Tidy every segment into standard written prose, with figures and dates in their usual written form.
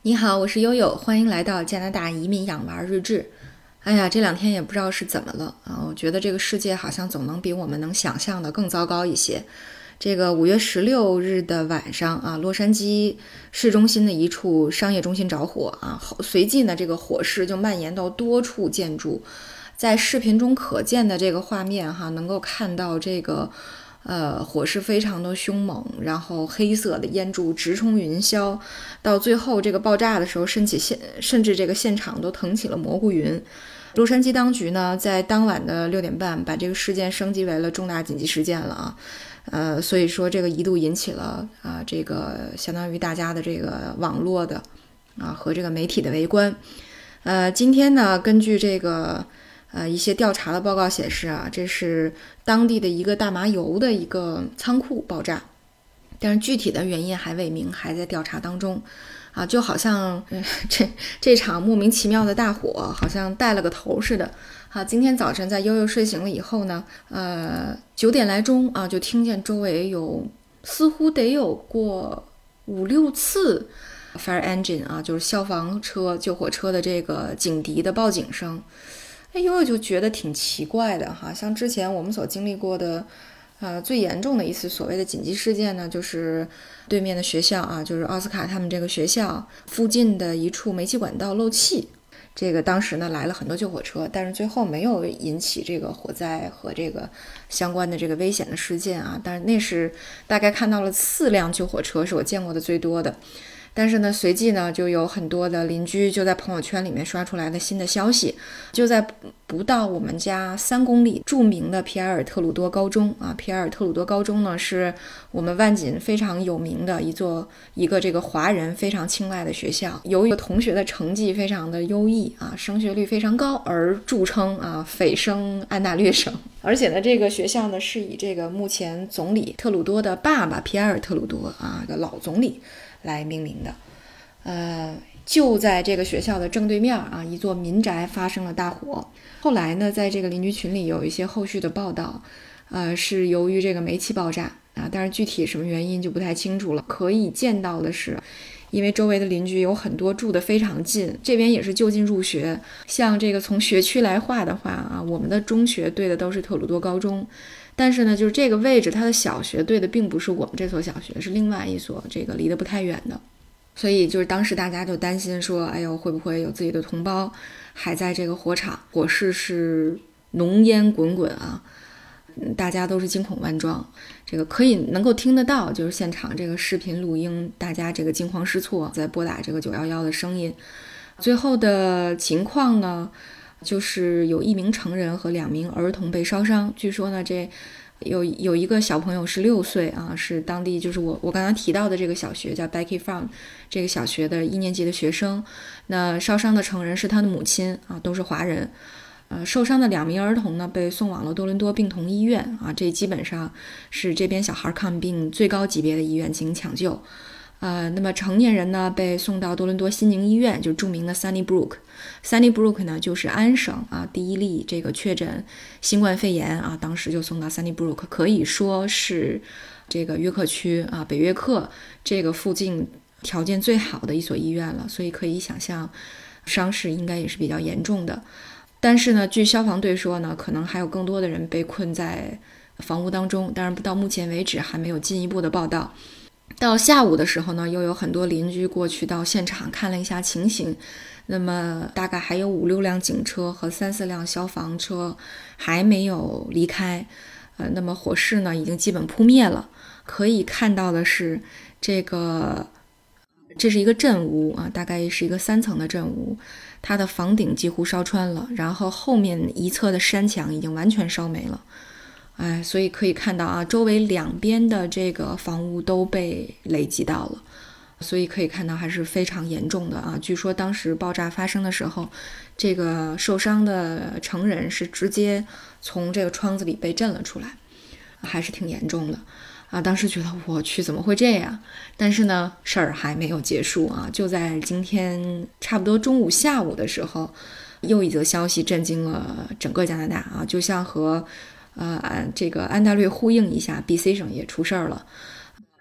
你好，我是悠悠，欢迎来到加拿大移民养娃日志。哎呀，这两天也不知道是怎么了啊，我觉得这个世界好像总能比我们能想象的更糟糕一些。这个5月16日的晚上啊，洛杉矶市中心的一处商业中心着火啊，随即呢，这个火势就蔓延到多处建筑。在视频中可见的这个画面哈，能够看到这个火势非常的凶猛，然后黑色的烟柱直冲云霄，到最后这个爆炸的时候，甚至这个现场都腾起了蘑菇云。洛杉矶当局呢，在当晚的6点半把这个事件升级为了重大紧急事件了啊，所以说这个一度引起了这个相当于大家的这个网络的和这个媒体的围观。今天呢，根据这个一些调查的报告显示啊，这是当地的一个大麻油的一个仓库爆炸，但是具体的原因还未明，还在调查当中。就好像这场莫名其妙的大火好像带了个头似的。今天早晨在悠悠睡醒了以后呢，9点来钟啊，就听见周围似乎得有过5-6次 fire engine 啊，就是消防车、救火车的这个警笛的报警声。悠悠就觉得挺奇怪的哈，像之前我们所经历过的最严重的一次所谓的紧急事件呢，就是对面的学校啊，就是奥斯卡他们这个学校附近的一处煤气管道漏气。这个当时呢来了很多救火车，但是最后没有引起这个火灾和这个相关的这个危险的事件啊。但是那是大概看到了4辆救火车，是我见过的最多的。但是呢，随即呢，就有很多的邻居就在朋友圈里面刷出来的新的消息，就在不到我们家3公里，著名的皮埃尔特鲁多高中啊，皮埃尔特鲁多高中呢是我们万锦非常有名的一个这个华人非常青睐的学校，由于同学的成绩非常的优异啊，升学率非常高而著称啊，蜚声安大略省。而且呢，这个学校呢是以这个目前总理特鲁多的爸爸皮埃尔特鲁多的老总理来命名的。就在这个学校的正对面一座民宅发生了大火。后来呢，在这个邻居群里有一些后续的报道，是由于这个煤气爆炸但是具体什么原因就不太清楚了。可以见到的是，因为周围的邻居有很多住得非常近，这边也是就近入学。像这个从学区来划的话我们的中学对的都是特鲁多高中，但是呢，就是这个位置它的小学对的并不是我们这所小学，是另外一所这个离得不太远的。所以就是当时大家就担心说，哎呦，会不会有自己的同胞还在这个火场，火势是浓烟滚滚大家都是惊恐万状。这个可以能够听得到，就是现场这个视频录音，大家这个惊慌失措在拨打这个911的声音。最后的情况呢，就是有1名成人和2名儿童被烧伤。据说呢，这有一个小朋友是6岁是当地就是我刚刚提到的这个小学叫 Becky Farm 这个小学的1年级的学生。那烧伤的成人是他的母亲都是华人。受伤的2名儿童呢被送往了多伦多病童医院这基本上是这边小孩看病最高级别的医院进行抢救。那么成年人呢被送到多伦多心宁医院，就著名的 Sunnybrook。Sunnybrook 呢就是安省第一例这个确诊新冠肺炎当时就送到 Sunnybrook， 可以说是这个约克区北约克这个附近条件最好的一所医院了，所以可以想象伤势应该也是比较严重的。但是呢，据消防队说呢，可能还有更多的人被困在房屋当中，当然到目前为止还没有进一步的报道。到下午的时候呢，又有很多邻居过去到现场看了一下情形，那么大概还有5-6辆警车和3-4辆消防车还没有离开。那么火势呢已经基本扑灭了。可以看到的是这是一个镇屋大概是一个3层的镇屋，它的房顶几乎烧穿了，然后后面一侧的山墙已经完全烧没了。所以可以看到周围两边的这个房屋都被雷击到了，所以可以看到还是非常严重的据说当时爆炸发生的时候，这个受伤的成人是直接从这个窗子里被震了出来，还是挺严重的当时觉得我去怎么会这样。但是呢事儿还没有结束就在今天差不多中午下午的时候，又一则消息震惊了整个加拿大就像和这个安大略呼应一下， BC 省也出事儿了。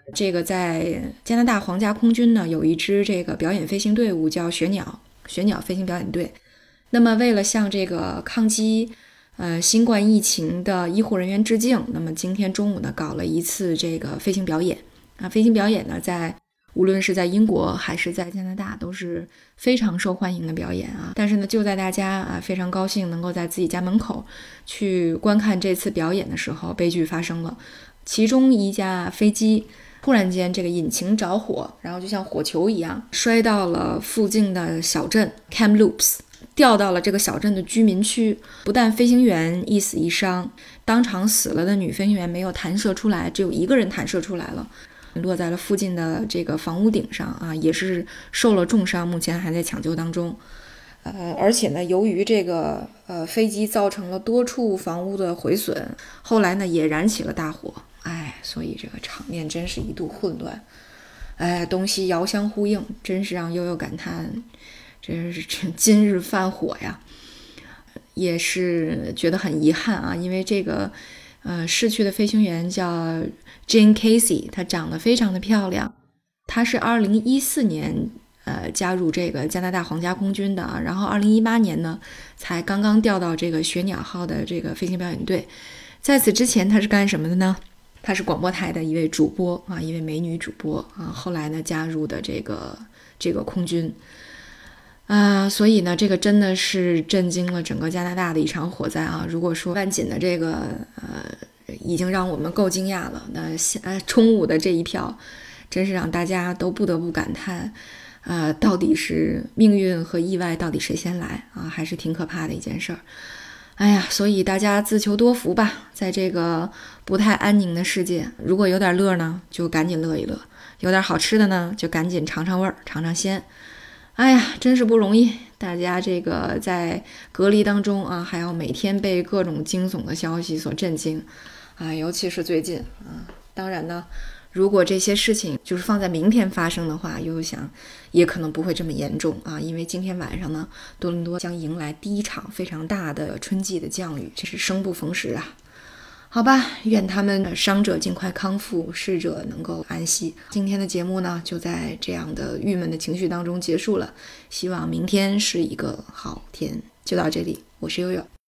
这个在加拿大皇家空军呢，有一支这个表演飞行队伍叫雪鸟飞行表演队。那么为了向这个抗击新冠疫情的医护人员致敬，那么今天中午呢搞了一次这个飞行表演啊。飞行表演呢，无论是在英国还是在加拿大都是非常受欢迎的表演啊。但是呢，就在大家非常高兴能够在自己家门口去观看这次表演的时候，悲剧发生了。其中一架飞机突然间这个引擎着火，然后就像火球一样摔到了附近的小镇 Kamloops， 掉到了这个小镇的居民区。不但飞行员一死一伤，当场死了的女飞行员没有弹射出来，只有一个人弹射出来了，落在了附近的这个房屋顶上啊，也是受了重伤，目前还在抢救当中。而且呢，由于这个飞机造成了多处房屋的毁损，后来呢也燃起了大火。所以这个场面真是一度混乱。东西遥相呼应，真是让悠悠感叹，真是今日犯火呀。也是觉得很遗憾啊，因为这个逝去的飞行员叫 Jane Casey， 她长得非常的漂亮。她是2014年加入这个加拿大皇家空军的，然后2018年呢才刚刚调到这个雪鸟号的这个飞行表演队。在此之前她是干什么的呢？她是广播台的一位主播啊，一位美女主播啊。后来呢加入的这个空军所以呢这个真的是震惊了整个加拿大的一场火灾啊。如果说万锦的这个已经让我们够惊讶了，那中午的这一票真是让大家都不得不感叹到底是命运和意外到底谁先来啊，还是挺可怕的一件事儿。所以大家自求多福吧，在这个不太安宁的世界，如果有点乐呢就赶紧乐一乐，有点好吃的呢就赶紧尝尝味儿，尝尝鲜。真是不容易，大家这个在隔离当中啊，还要每天被各种惊悚的消息所震惊尤其是最近当然呢，如果这些事情就是放在明天发生的话，悠悠想也可能不会这么严重因为今天晚上呢，多伦多将迎来第一场非常大的春季的降雨，这是生不逢时啊。好吧，愿他们伤者尽快康复，逝者能够安息。今天的节目呢，就在这样的郁闷的情绪当中结束了。希望明天是一个好天。就到这里，我是悠悠。